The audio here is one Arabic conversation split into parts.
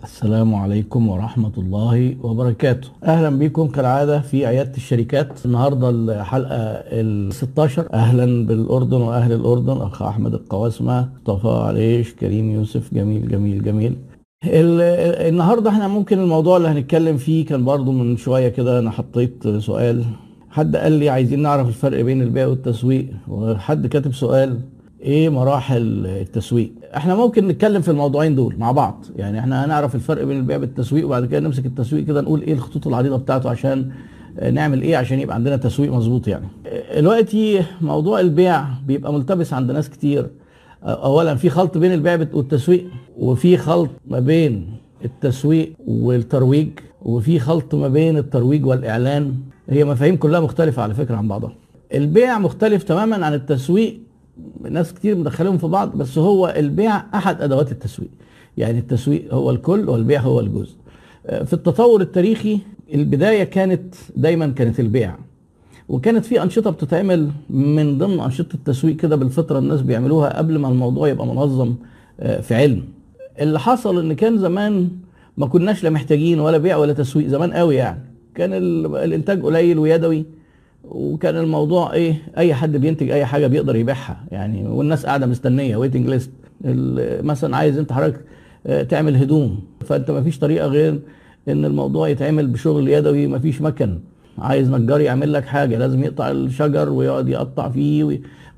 السلام عليكم ورحمة الله وبركاته. أهلا بكم كالعادة في عيادة الشركات. النهاردة الحلقة ال16. أهلا بالأردن وأهل الأردن، أخ أحمد القواسمة، مصطفى عليش، كريم يوسف. جميل جميل جميل. النهاردة احنا ممكن الموضوع اللي هنتكلم فيه كان برضو من شوية كده. أنا حطيت سؤال، حد قال لي عايزين نعرف الفرق بين البيع والتسويق، وحد كاتب سؤال ايه مراحل التسويق. احنا ممكن نتكلم في الموضوعين دول مع بعض، يعني احنا هنعرف الفرق بين البيع والتسويق، وبعد كده نمسك التسويق كده نقول ايه الخطوط العريضة بتاعته عشان نعمل ايه عشان يبقى عندنا تسويق مظبوط. يعني دلوقتي موضوع البيع بيبقى ملتبس عند ناس كتير. اولا في خلط بين البيع والتسويق، وفي خلط ما بين التسويق والترويج، وفي خلط ما بين الترويج والاعلان. هي مفاهيم كلها مختلفة على فكرة عن بعضها. البيع مختلف تماما عن التسويق، ناس كتير مدخلهم في بعض، بس هو البيع احد ادوات التسويق. يعني التسويق هو الكل والبيع هو الجزء. في التطور التاريخي البداية دايما كانت البيع، وكانت في انشطة بتتعمل من ضمن انشطة التسويق كده بالفطرة، الناس بيعملوها قبل ما الموضوع يبقى منظم في علم. اللي حصل ان كان زمان ما كناش لا محتاجين ولا بيع ولا تسويق، زمان قوي يعني. كان الانتاج قليل ويدوي، وكان الموضوع ايه، اي حد بينتج اي حاجه بيقدر يبيعها يعني، والناس قاعده مستنيه ويتنج ليست. مثلا عايز انت حضرتك تعمل هدوم، فانت ما فيش طريقه غير ان الموضوع يتعمل بشغل يدوي، ما فيش مكن. عايز نجار يعمل لك حاجه لازم يقطع الشجر ويقعد يقطع فيه،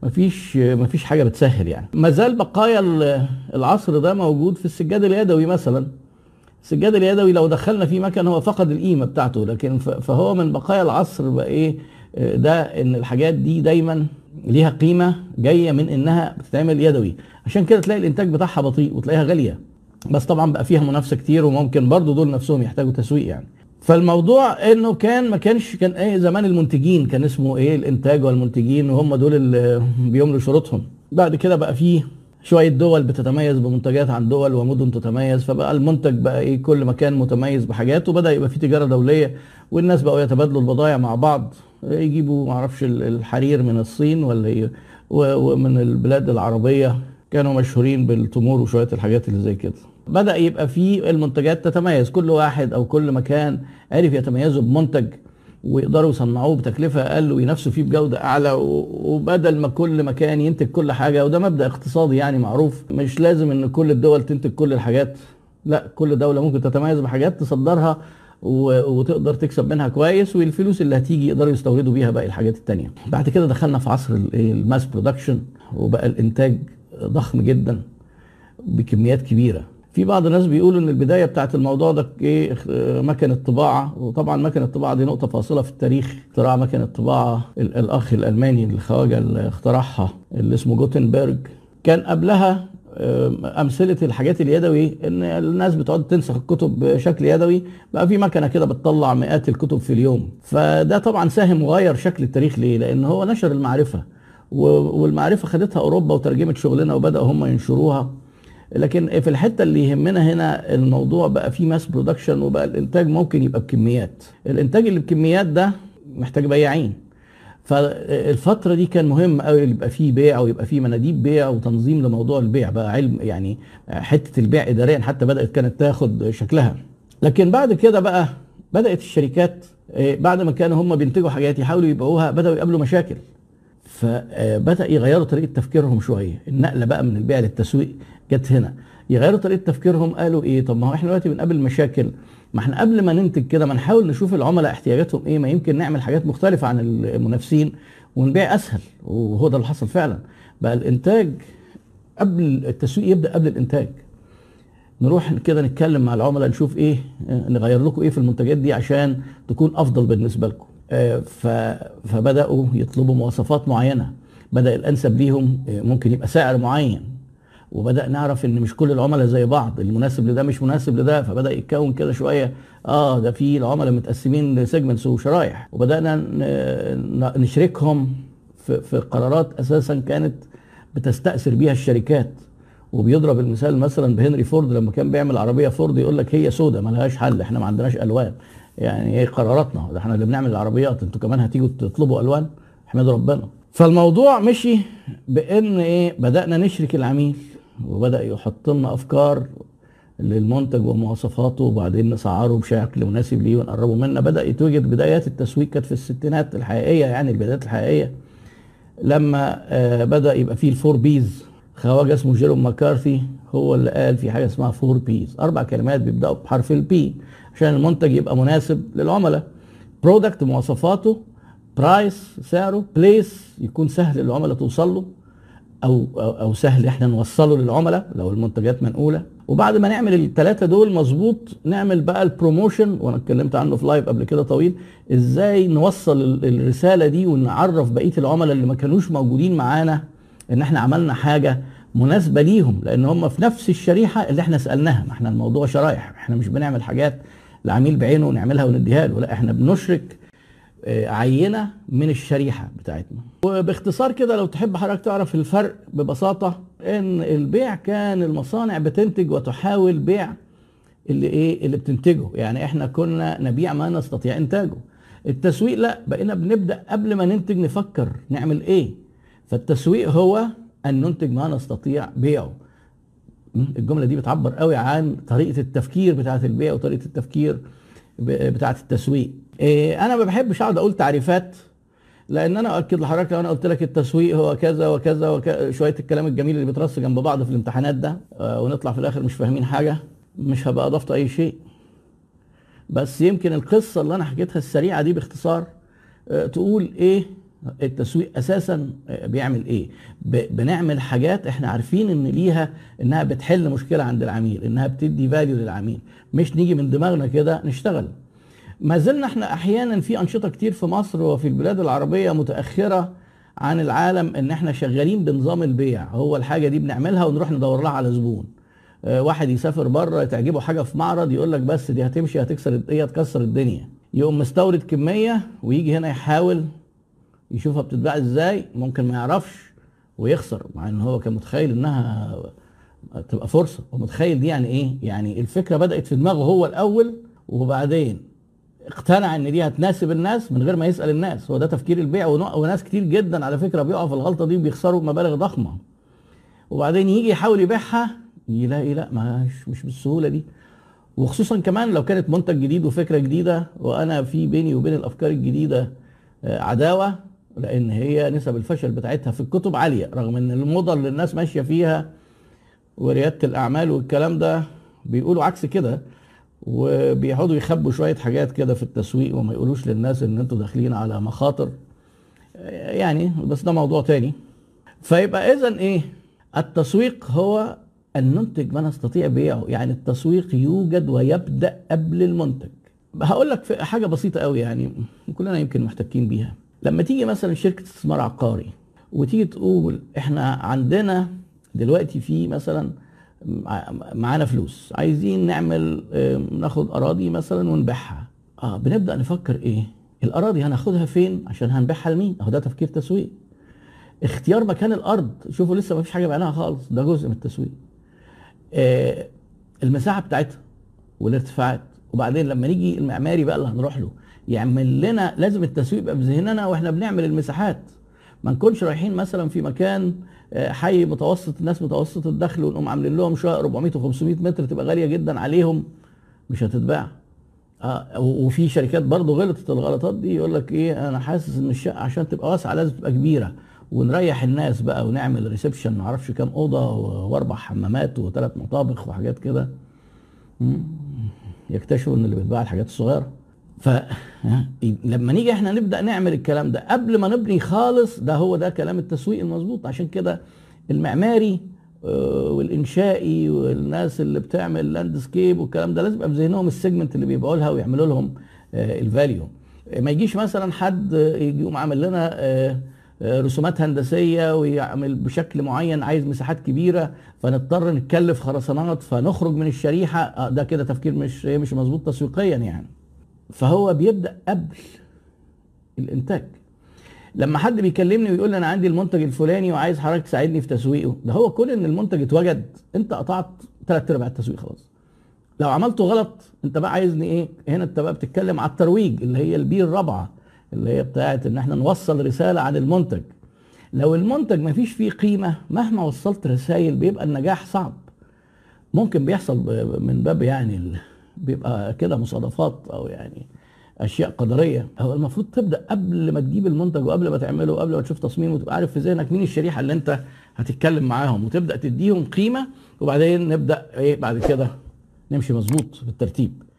ما فيش حاجه بتسهل يعني. ما زال بقايا العصر ده موجود في السجاد اليدوي مثلا. السجاد اليدوي لو دخلنا فيه مكن هو فقد القيمه بتاعته، لكن فهو من بقايا العصر بقى ايه ده، ان الحاجات دي دايما ليها قيمه جايه من انها بتتعمل يدوي. عشان كده تلاقي الانتاج بتاعها بطيء وتلاقيها غاليه، بس طبعا بقى فيها منافسه كتير، وممكن برضو دول نفسهم يحتاجوا تسويق يعني. فالموضوع انه كان ايه زمان، المنتجين كان اسمه ايه الانتاج والمنتجين، وهم دول اللي بيملوا شروطهم. بعد كده بقى فيه شويه دول بتتميز بمنتجات عن دول، ومدن تتميز، فبقى المنتج بقى ايه كل مكان متميز بحاجات، وبدا يبقى في تجاره دوليه، والناس بقوا يتبادلوا البضائع مع بعض. يجيبوا معرفش الحرير من الصين ومن البلاد العربيه، كانوا مشهورين بالتمور وشويه الحاجات اللي زي كده. بدأ يبقى في المنتجات تتميز، كل واحد او كل مكان عرف يتميزوا بمنتج ويقدروا يصنعوه بتكلفة اقل وينافسوا فيه بجودة اعلى، وبدل ما كل مكان ينتج كل حاجة. وده مبدأ اقتصادي يعني معروف، مش لازم ان كل الدول تنتج كل الحاجات، لا، كل دولة ممكن تتميز بحاجات تصدرها وتقدر تكسب منها كويس، والفلوس اللي هتيجي يقدروا يستوردوا بيها باقي الحاجات التانية. بعد كده دخلنا في عصر الماس برودكشن، وبقى الانتاج ضخم جدا بكميات كبيرة. في بعض الناس بيقولوا ان البدايه بتاعت الموضوع ده ايه مكن الطباعه، وطبعا مكن الطباعه دي نقطه فاصله في التاريخ. اختراع مكن الطباعه الاخ الالماني الخواجه اللي اخترعها اللي اسمه جوتنبرج. كان قبلها امثله الحاجات اليدوي ان الناس بتقعد تنسخ الكتب بشكل يدوي، بقى في مكنه كده بتطلع مئات الكتب في اليوم. فده طبعا ساهم وغير شكل التاريخ. ليه؟ لان هو نشر المعرفه، والمعرفه خدتها اوروبا وترجمت شغلنا وبداوا هم ينشروها. لكن في الحته اللي يهمنا هنا الموضوع بقى فيه ماس برودكشن، وبقى الانتاج ممكن يبقى بكميات. الانتاج اللي بكميات ده محتاج بياعين. فالفتره دي كان مهم قوي يبقى فيه بيع، ويبقى فيه مناديب بيع وتنظيم لموضوع البيع، بقى علم يعني. حته البيع اداريا حتى كانت تاخد شكلها. لكن بعد كده بقى بدات الشركات بعد ما كانوا هم بينتجوا حاجات يحاولوا يبيعوها، بداوا يقابلوا مشاكل، فبدأ يغيروا طريقة تفكيرهم شوية. النقلة بقى من البيع للتسويق جت هنا. يغيروا طريقة تفكيرهم، قالوا ايه، طب ما هو احنا دلوقتي بنقابل مشاكل، ما احنا قبل ما ننتج كده ما نحاول نشوف العملاء احتياجاتهم ايه، ما يمكن نعمل حاجات مختلفة عن المنافسين ونبيع اسهل. وهو ده اللي حصل فعلا. بقى الانتاج قبل التسويق، يبدأ قبل الانتاج. نروح كده نتكلم مع العملاء، نشوف ايه نغير لكم ايه في المنتجات دي عشان تكون افضل بالنسبة لكم. فبدأوا يطلبوا مواصفات معينة، بدأ الأنسب ليهم ممكن يبقى سعر معين. وبدأ نعرف ان مش كل العملاء زي بعض، المناسب لده مش مناسب لده، فبدأ يتكون كده شوية ده في العملاء متقسمين لسيجمنتس وشرايح، وبدأنا نشركهم في قرارات اساسا كانت بتستأثر بيها الشركات. وبيضرب المثال مثلا بهنري فورد، لما كان بيعمل عربية فورد يقول لك هي سودة ما لهاش حل، احنا ما عندناش الوان، يعني ايه قراراتنا ده، احنا اللي بنعمل العربيات، انتوا كمان هتيجوا تطلبوا الوان، احمدوا ربنا. فالموضوع مشي بان ايه، بدأنا نشرك العميل، وبدأ يحط لنا افكار للمنتج ومواصفاته، وبعدين نسعره بشكل مناسب ليه ونقربه منه. بدأ يتوجد بدايات التسويق كانت في الستينات الحقيقية، يعني البدايات الحقيقية لما بدأ يبقى فيه الفور بيز. خواجه اسمه جيروم ماكارثي هو اللي قال في حاجة اسمها فور بيز، 4 كلمات بيبدأوا بحرف البي عشان المنتج يبقى مناسب للعملاء. برودكت مواصفاته، برايس سعره، بليس يكون سهل للعملاء توصل له او سهل احنا نوصله للعملاء لو المنتجات منقوله. وبعد ما نعمل الثلاثه دول مظبوط نعمل بقى البروموشن، وانا اتكلمت عنه في لايف قبل كده طويل، ازاي نوصل الرساله دي ونعرف بقيه العملاء اللي ما كانوش موجودين معانا ان احنا عملنا حاجه مناسبه ليهم، لان هم في نفس الشريحه اللي احنا سالناها. ما احنا الموضوع شرايح، احنا مش بنعمل حاجات لعميل بعينه ونعملها ونديها له، لا احنا بنشرك عينة من الشريحة بتاعتنا. وباختصار كده لو تحب حضرتك تعرف الفرق ببساطة، ان البيع كان المصانع بتنتج وتحاول بيع اللي بتنتجه، يعني احنا كنا نبيع ما نستطيع انتاجه. التسويق لا، بقينا بنبدأ قبل ما ننتج نفكر نعمل ايه. فالتسويق هو ان ننتج ما نستطيع بيعه. الجملة دي بتعبر قوي عن طريقة التفكير بتاعة البيع وطريقة التفكير بتاعة التسويق. انا ما بحبش اقعد اقول تعريفات، لان انا اؤكد لحضرتك لو انا قلت لك التسويق هو كذا وكذا وكذا، شويه الكلام الجميل اللي بيترص جنب بعض في الامتحانات ده ونطلع في الاخر مش فاهمين حاجه، مش هبقى اضفت اي شيء. بس يمكن القصه اللي انا حكيتها السريعه دي باختصار تقول ايه التسويق اساسا بيعمل ايه. بنعمل حاجات احنا عارفين ان ليها انها بتحل مشكله عند العميل، انها بتدي فاليو للعميل، مش نيجي من دماغنا كده نشتغل. ما زلنا احنا احيانا في انشطه كتير في مصر وفي البلاد العربيه متاخره عن العالم، ان احنا شغالين بنظام البيع. هو الحاجه دي بنعملها ونروح ندور لها على زبون. واحد يسافر بره تعجبه حاجه في معرض يقول لك بس دي هتمشي هتكسر الدنيا، يقوم مستورد كميه ويجي هنا يحاول يشوفها بتتباع ازاي، ممكن ما يعرفش ويخسر، مع ان هو كان متخيل انها تبقى فرصه. ومتخيل دي يعني ايه؟ يعني الفكره بدات في دماغه هو الاول، وبعدين اقتنع ان دي هتناسب الناس من غير ما يسال الناس. هو ده تفكير البيع. وناس كتير جدا على فكره بيقعوا في الغلطه دي وبيخسروا مبالغ ضخمه، وبعدين يجي يحاول يبيعها يلاقي لا مش بالسهوله دي. وخصوصا كمان لو كانت منتج جديد وفكره جديده، وانا في بيني وبين الافكار الجديده عداوه، لان هي نسب الفشل بتاعتها في الكتب عاليه، رغم ان الموضه اللي الناس ماشيه فيها ورياده الاعمال والكلام ده بيقولوا عكس كده، وبيقعدوا يخبوا شويه حاجات كده في التسويق وما يقولوش للناس ان انتوا داخلين على مخاطر يعني، بس ده موضوع تاني. فيبقى اذا ايه التسويق؟ هو ان ننتج ما نستطيع بيعه. يعني التسويق يوجد ويبدا قبل المنتج. هقول لك في حاجه بسيطه قوي يعني كلنا يمكن محتكين بيها. لما تيجي مثلا شركه استثمار عقاري وتيجي تقول احنا عندنا دلوقتي في مثلا معانا فلوس عايزين نعمل ناخد اراضي مثلا ونبيعها، بنبدا نفكر ايه الاراضي هناخدها فين عشان هنبيعها لمين. اهو ده تفكير تسويق. اختيار مكان الارض، شوفوا لسه ما فيش حاجه بعناها خالص، ده جزء من التسويق. المساحه بتاعتها والارتفاعات، وبعدين لما نيجي المعماري بقى اللي هنروح له يعمل لنا، لازم التسويق يبقى في ذهننا واحنا بنعمل المساحات. ما نكونش رايحين مثلا في مكان حي متوسط، الناس متوسط الدخل، ونقوم عاملين لهم شقق 400 و500 متر تبقى غاليه جدا عليهم مش هتتباع. وفي شركات برضو غلطت الغلطات دي، يقول لك ايه انا حاسس ان الشقه عشان تبقى واسعه لازم تبقى كبيره ونريح الناس بقى ونعمل ريسبشن معرفش كام اوضه واربع حمامات وثلاث مطابخ وحاجات كده. يكتشفوا ان اللي بيتباع الحاجات الصغيره. فلما نيجي احنا نبدا نعمل الكلام ده قبل ما نبني خالص، ده هو ده كلام التسويق المظبوط. عشان كده المعماري والانشائي والناس اللي بتعمل لاندسكيب والكلام ده لازم يبقى في ذهنهم السيجمنت اللي بيبيعوا لها ويعملوا لهم الفاليو. ما يجيش مثلا حد يقوم عامل لنا رسومات هندسيه ويعمل بشكل معين عايز مساحات كبيره فنضطر نتكلف خرسانات فنخرج من الشريحه. ده كده تفكير مش مظبوط تسويقيا يعني. فهو بيبدا قبل الانتاج. لما حد بيكلمني ويقول لي انا عندي المنتج الفلاني وعايز حضرتك تساعدني في تسويقه، ده هو كون ان المنتج اتوجد انت قطعت 3/4 التسويق خلاص. لو عملته غلط انت بقى عايزني ايه؟ هنا انت بقى بتتكلم على الترويج اللي هي البي الرابعه اللي هي بتاعت ان احنا نوصل رساله عن المنتج. لو المنتج ما فيش فيه قيمه مهما وصلت رسائل بيبقى النجاح صعب. ممكن بيحصل من باب يعني بيبقى كده مصادفات او يعني اشياء قدريه. هو المفروض تبدا قبل ما تجيب المنتج وقبل ما تعمله وقبل ما تشوف تصميمه وتبقى عارف في ذهنك مين الشريحه اللي انت هتتكلم معاهم وتبدا تديهم قيمه، وبعدين نبدا ايه بعد كده نمشي مظبوط بالترتيب.